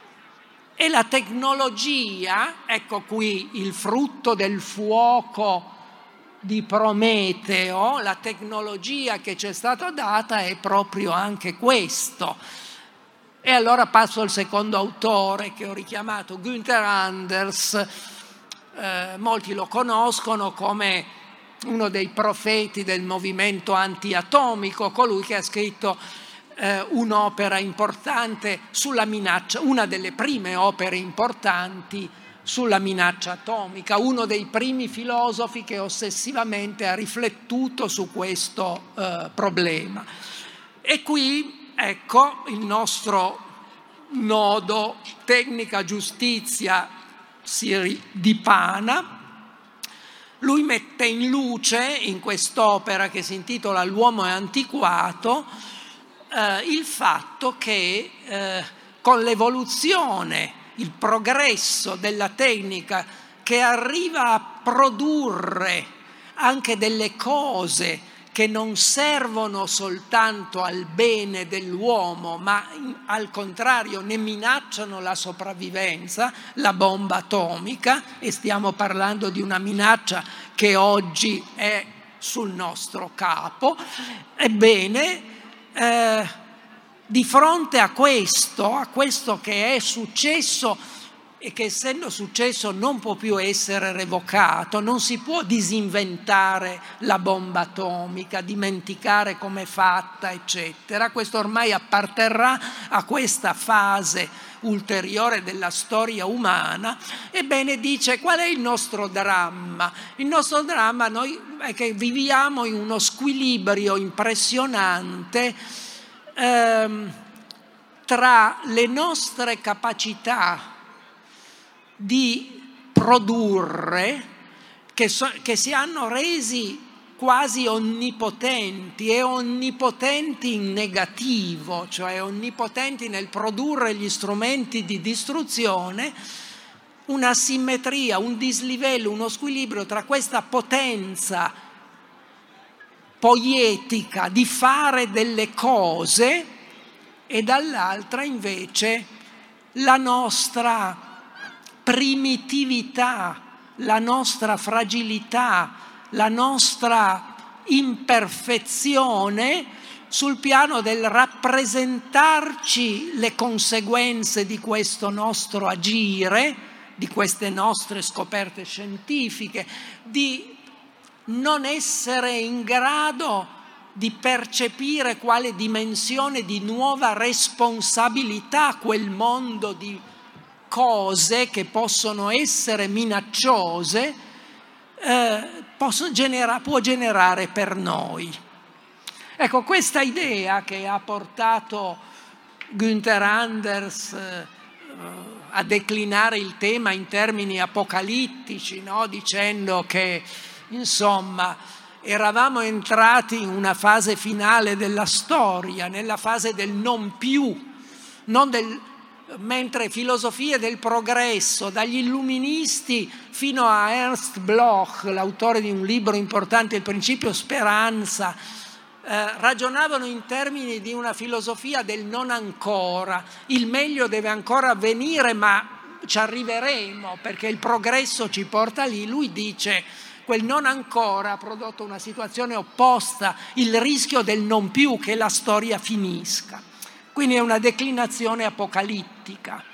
E la tecnologia, ecco qui il frutto del fuoco di Prometeo, la tecnologia che ci è stata data è proprio anche questo. E allora passo al secondo autore che ho richiamato, Günther Anders. Molti lo conoscono come uno dei profeti del movimento antiatomico, colui che ha scritto un'opera importante sulla minaccia, una delle prime opere importanti sulla minaccia atomica, uno dei primi filosofi che ossessivamente ha riflettuto su questo problema. E qui, ecco, il nostro nodo tecnica giustizia si dipana. Lui mette in luce, in quest'opera che si intitola L'uomo è antiquato, il fatto che con l'evoluzione, il progresso della tecnica che arriva a produrre anche delle cose che non servono soltanto al bene dell'uomo, ma al contrario ne minacciano la sopravvivenza, la bomba atomica, e stiamo parlando di una minaccia che oggi è sul nostro capo. Ebbene, di fronte a questo che è successo e che essendo successo non può più essere revocato, non si può disinventare la bomba atomica, dimenticare com'è fatta, eccetera. Questo ormai apparterrà a questa fase ulteriore della storia umana. Ebbene, dice: qual è il nostro dramma? Il nostro dramma è che viviamo in uno squilibrio impressionante tra le nostre capacità di produrre, che si hanno resi quasi onnipotenti, e onnipotenti in negativo, cioè onnipotenti nel produrre gli strumenti di distruzione, una simmetria, un dislivello, uno squilibrio tra questa potenza poietica di fare delle cose e dall'altra invece la nostra primitività, la nostra fragilità, la nostra imperfezione sul piano del rappresentarci le conseguenze di questo nostro agire, di queste nostre scoperte scientifiche, di non essere in grado di percepire quale dimensione di nuova responsabilità quel mondo di cose che possono essere minacciose può generare per noi. Ecco, questa idea che ha portato Günther Anders a declinare il tema in termini apocalittici, no? Dicendo che, insomma, eravamo entrati in una fase finale della storia, nella fase del non più, mentre filosofie del progresso, dagli illuministi fino a Ernst Bloch, l'autore di un libro importante, Il principio speranza, ragionavano in termini di una filosofia del non ancora. Il meglio deve ancora avvenire, ma ci arriveremo perché il progresso ci porta lì. Lui dice: quel non ancora ha prodotto una situazione opposta, il rischio del non più, che la storia finisca. Quindi è una declinazione apocalittica.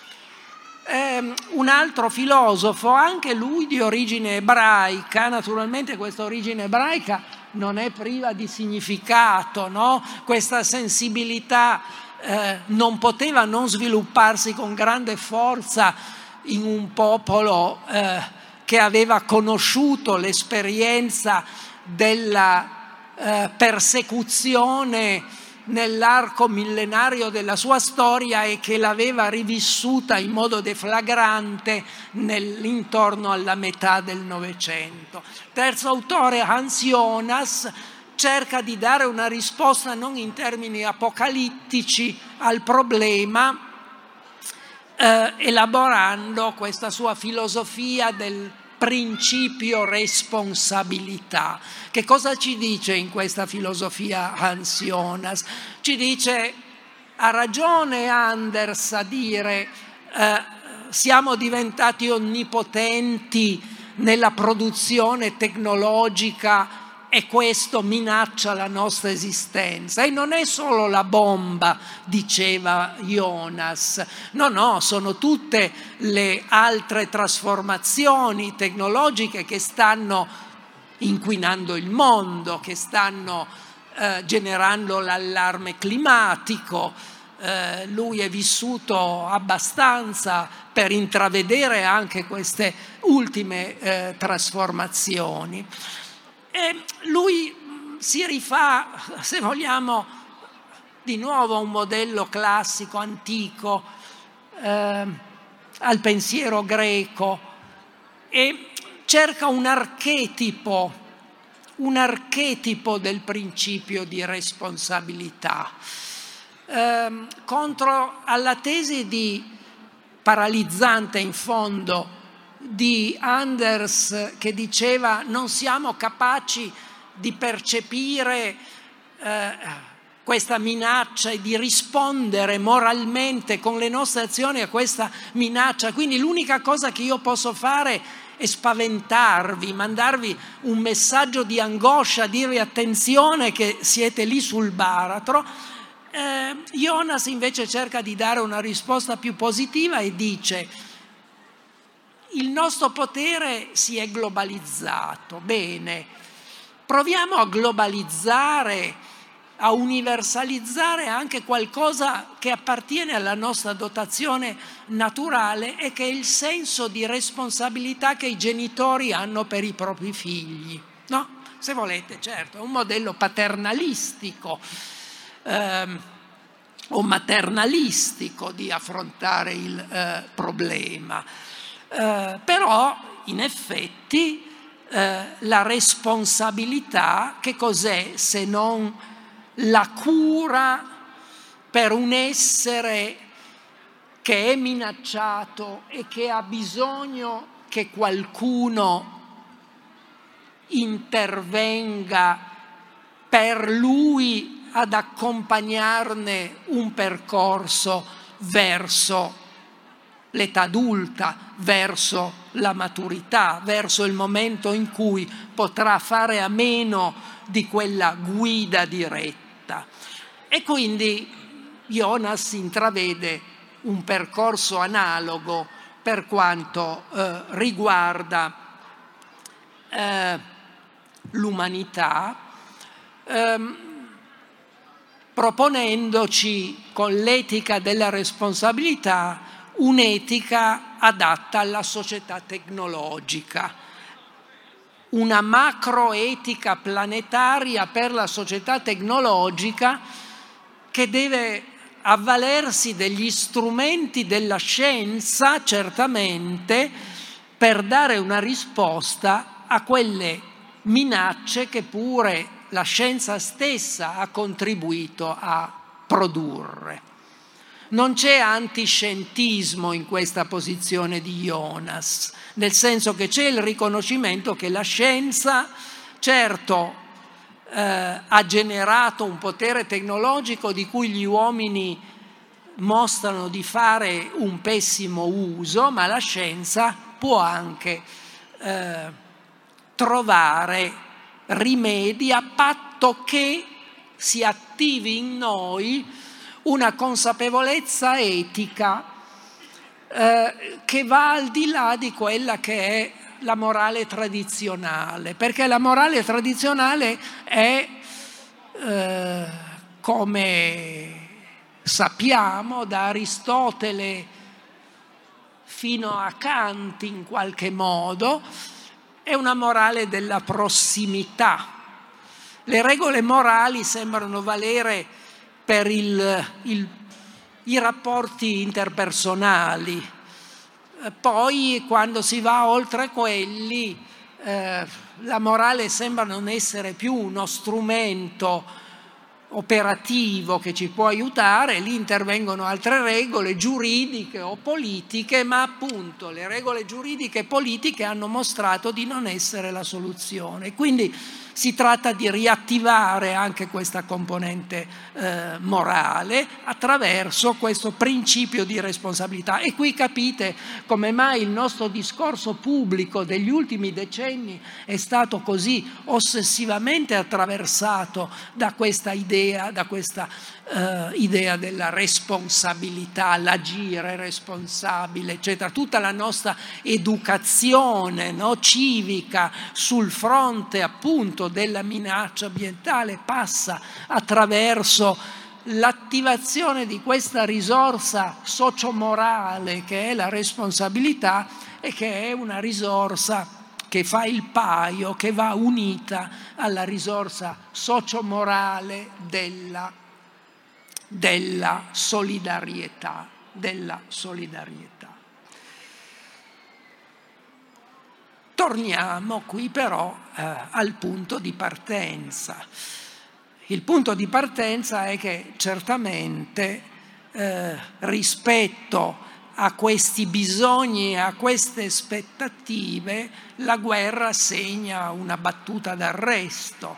Un altro filosofo, anche lui di origine ebraica, naturalmente questa origine ebraica non è priva di significato, no? Questa sensibilità non poteva non svilupparsi con grande forza in un popolo che aveva conosciuto l'esperienza della persecuzione nell'arco millenario della sua storia e che l'aveva rivissuta in modo deflagrante intorno alla metà del Novecento. Terzo autore, Hans Jonas, cerca di dare una risposta non in termini apocalittici al problema, elaborando questa sua filosofia del principio responsabilità. Che cosa ci dice in questa filosofia Hans Jonas? Ci dice: ha ragione Anders a dire siamo diventati onnipotenti nella produzione tecnologica e questo minaccia la nostra esistenza. E non è solo la bomba, diceva Jonas, no, sono tutte le altre trasformazioni tecnologiche che stanno inquinando il mondo, che stanno generando l'allarme climatico. Lui è vissuto abbastanza per intravedere anche queste ultime trasformazioni. E lui si rifà, se vogliamo, di nuovo a un modello classico, antico, al pensiero greco, e cerca un archetipo del principio di responsabilità, contro alla tesi paralizzante in fondo di Anders, che diceva: non siamo capaci di percepire questa minaccia e di rispondere moralmente con le nostre azioni a questa minaccia, quindi l'unica cosa che io posso fare è spaventarvi, mandarvi un messaggio di angoscia, dirvi attenzione che siete lì sul baratro. Jonas invece cerca di dare una risposta più positiva e dice: il nostro potere si è globalizzato. Bene, proviamo a globalizzare, a universalizzare anche qualcosa che appartiene alla nostra dotazione naturale e che è il senso di responsabilità che i genitori hanno per i propri figli, no? Se volete, certo, è un modello paternalistico o maternalistico di affrontare il problema. Però, in effetti, la responsabilità, che cos'è se non la cura per un essere che è minacciato e che ha bisogno che qualcuno intervenga per lui ad accompagnarne un percorso verso l'età adulta, verso la maturità, verso il momento in cui potrà fare a meno di quella guida diretta. E quindi Jonas intravede un percorso analogo per quanto riguarda l'umanità, proponendoci con l'etica della responsabilità un'etica adatta alla società tecnologica, una macroetica planetaria per la società tecnologica che deve avvalersi degli strumenti della scienza, certamente, per dare una risposta a quelle minacce che pure la scienza stessa ha contribuito a produrre. Non c'è antiscientismo in questa posizione di Jonas, nel senso che c'è il riconoscimento che la scienza, certo, ha generato un potere tecnologico di cui gli uomini mostrano di fare un pessimo uso, ma la scienza può anche trovare rimedi a patto che si attivi in noi una consapevolezza etica che va al di là di quella che è la morale tradizionale, perché la morale tradizionale è, come sappiamo, da Aristotele fino a Kant in qualche modo, è una morale della prossimità. Le regole morali sembrano valere per i rapporti interpersonali. Poi, quando si va oltre quelli, la morale sembra non essere più uno strumento operativo che ci può aiutare, lì intervengono altre regole giuridiche o politiche, ma appunto le regole giuridiche e politiche hanno mostrato di non essere la soluzione. Quindi si tratta di riattivare anche questa componente morale attraverso questo principio di responsabilità. E qui capite come mai il nostro discorso pubblico degli ultimi decenni è stato così ossessivamente attraversato da questa idea della responsabilità, l'agire responsabile, eccetera. Tutta la nostra educazione, no, civica sul fronte appunto della minaccia ambientale passa attraverso l'attivazione di questa risorsa sociomorale che è la responsabilità e che è una risorsa che fa il paio, che va unita alla risorsa sociomorale della solidarietà. Torniamo qui però al punto di partenza. Il punto di partenza è che certamente rispetto a questi bisogni e a queste aspettative la guerra segna una battuta d'arresto,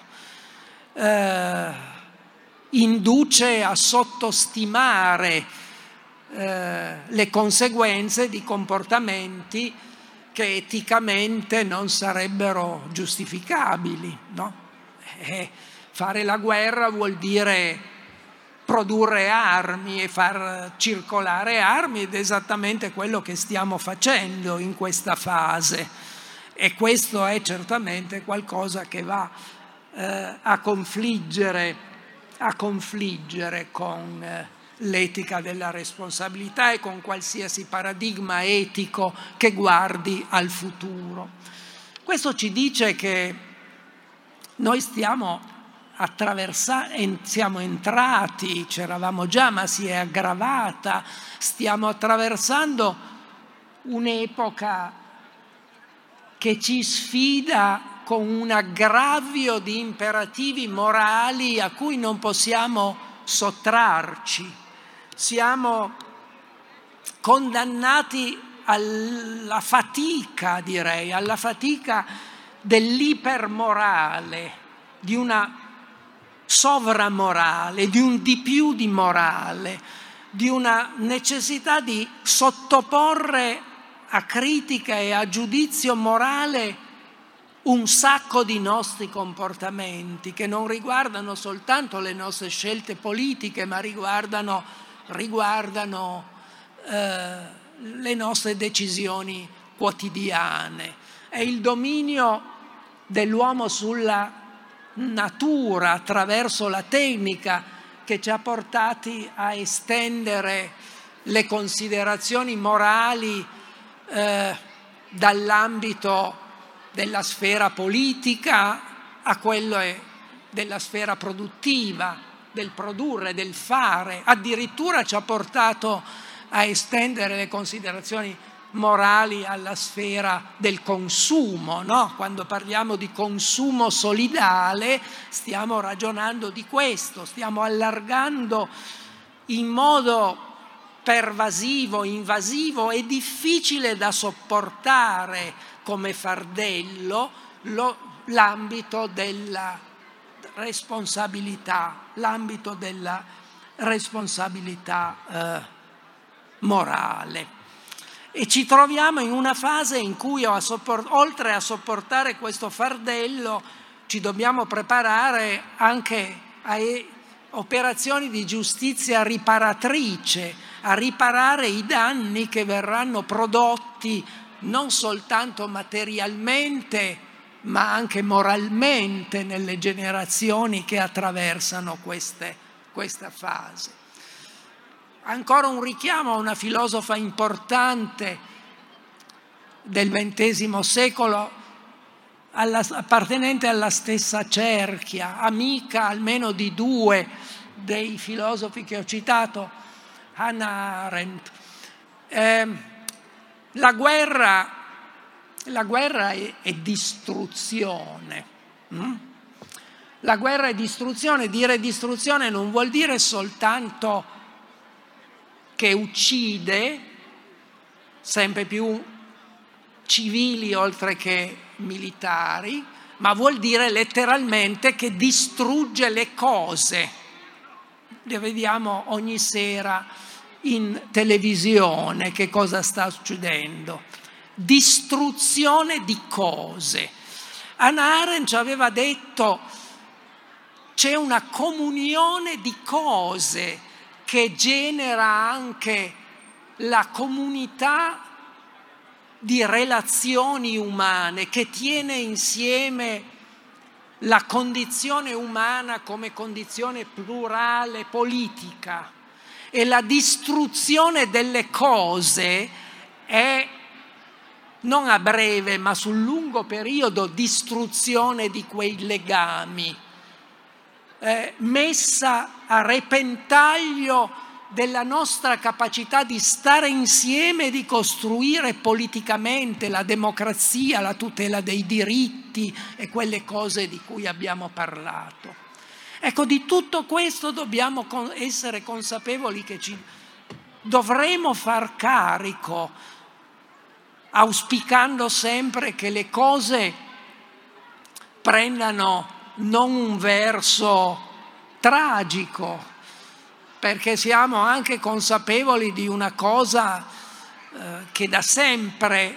induce a sottostimare le conseguenze di comportamenti che eticamente non sarebbero giustificabili, no? Fare la guerra vuol dire produrre armi e far circolare armi, ed è esattamente quello che stiamo facendo in questa fase, e questo è certamente qualcosa che va a confliggere con l'etica della responsabilità e con qualsiasi paradigma etico che guardi al futuro. Questo ci dice che noi siamo entrati, c'eravamo già, ma si è aggravata, stiamo attraversando un'epoca che ci sfida con un aggravio di imperativi morali a cui non possiamo sottrarci. Siamo condannati alla fatica, direi, alla fatica dell'ipermorale, di una sovramorale, di un di più di morale, di una necessità di sottoporre a critica e a giudizio morale un sacco di nostri comportamenti che non riguardano soltanto le nostre scelte politiche, ma riguardano le nostre decisioni quotidiane. È il dominio dell'uomo sulla natura attraverso la tecnica che ci ha portati a estendere le considerazioni morali dall'ambito della sfera politica a quello della sfera produttiva, del produrre, del fare. Addirittura ci ha portato a estendere le considerazioni morali alla sfera del consumo, no? Quando parliamo di consumo solidale stiamo ragionando di questo, stiamo allargando in modo pervasivo, invasivo e difficile da sopportare come fardello l'ambito della responsabilità, morale. E ci troviamo in una fase in cui oltre a sopportare questo fardello ci dobbiamo preparare anche a operazioni di giustizia riparatrice, a riparare i danni che verranno prodotti non soltanto materialmente ma anche moralmente nelle generazioni che attraversano questa fase. Ancora un richiamo a una filosofa importante del XX secolo, appartenente alla stessa cerchia, amica almeno di due dei filosofi che ho citato, Hannah Arendt. La guerra è distruzione. La guerra è distruzione. Dire distruzione non vuol dire soltanto che uccide sempre più civili oltre che militari, ma vuol dire letteralmente che distrugge le cose. Le vediamo ogni sera in televisione che cosa sta succedendo. Distruzione di cose. Hannah Arendt ci aveva detto: c'è una comunione di cose che genera anche la comunità di relazioni umane, che tiene insieme la condizione umana come condizione plurale politica. E la distruzione delle cose è, non a breve ma sul lungo periodo, distruzione di quei legami, messa a repentaglio della nostra capacità di stare insieme e di costruire politicamente la democrazia, la tutela dei diritti e quelle cose di cui abbiamo parlato. Ecco, di tutto questo dobbiamo essere consapevoli che ci dovremo far carico, auspicando sempre che le cose prendano non un verso tragico, perché siamo anche consapevoli di una cosa che da sempre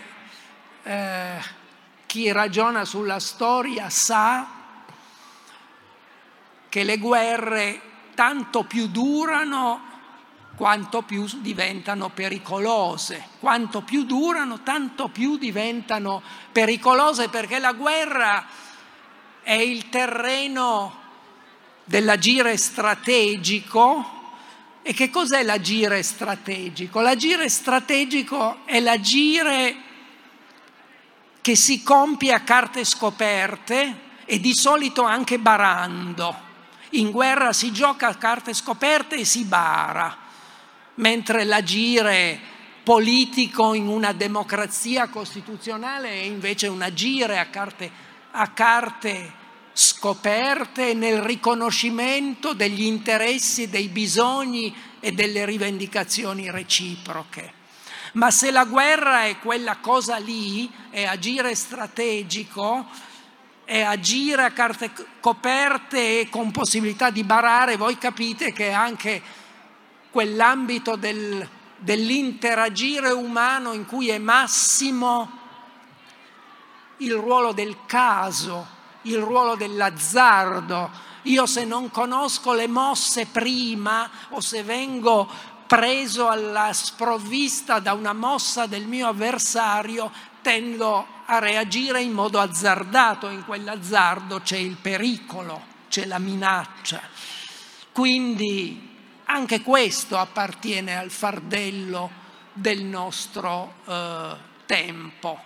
chi ragiona sulla storia sa, che le guerre tanto più durano quanto più diventano pericolose. Quanto più durano, tanto più diventano pericolose, perché la guerra è il terreno dell'agire strategico. E che cos'è l'agire strategico? L'agire strategico è l'agire che si compie a carte scoperte e di solito anche barando. In guerra si gioca a carte scoperte e si bara, mentre l'agire politico in una democrazia costituzionale è invece un agire a carte scoperte nel riconoscimento degli interessi, dei bisogni e delle rivendicazioni reciproche. Ma se la guerra è quella cosa lì, è agire strategico, è agire a carte coperte e con possibilità di barare, voi capite che anche quell'ambito dell'interagire umano in cui è massimo il ruolo del caso, il ruolo dell'azzardo. Io se non conosco le mosse prima o se vengo preso alla sprovvista da una mossa del mio avversario, tendo a reagire in modo azzardato. In quell'azzardo c'è il pericolo, c'è la minaccia. Quindi anche questo appartiene al fardello del nostro tempo.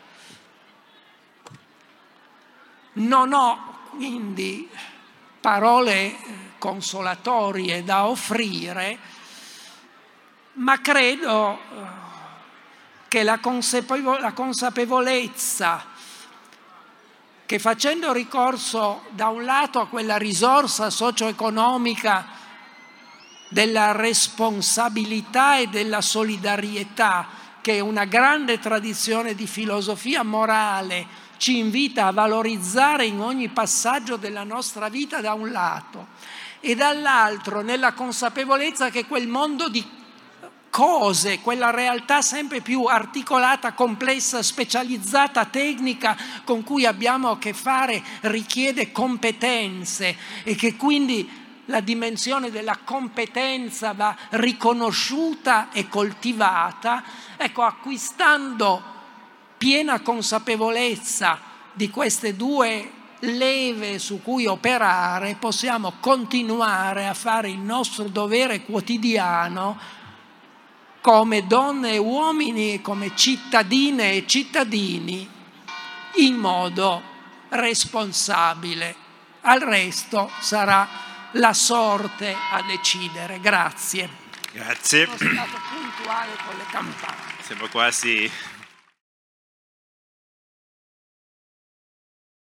Non ho quindi parole consolatorie da offrire, ma credo che la consapevolezza che, facendo ricorso da un lato a quella risorsa socio-economica della responsabilità e della solidarietà, che è una grande tradizione di filosofia morale, ci invita a valorizzare in ogni passaggio della nostra vita da un lato, e dall'altro nella consapevolezza che quel mondo di cose, quella realtà sempre più articolata, complessa, specializzata, tecnica con cui abbiamo a che fare richiede competenze, e che quindi la dimensione della competenza va riconosciuta e coltivata. Ecco, acquistando piena consapevolezza di queste due leve su cui operare, possiamo continuare a fare il nostro dovere quotidiano come donne e uomini, come cittadine e cittadini, in modo responsabile. Al resto sarà la sorte a decidere. Grazie. Grazie. Sono stato puntuale con le campane. Siamo quasi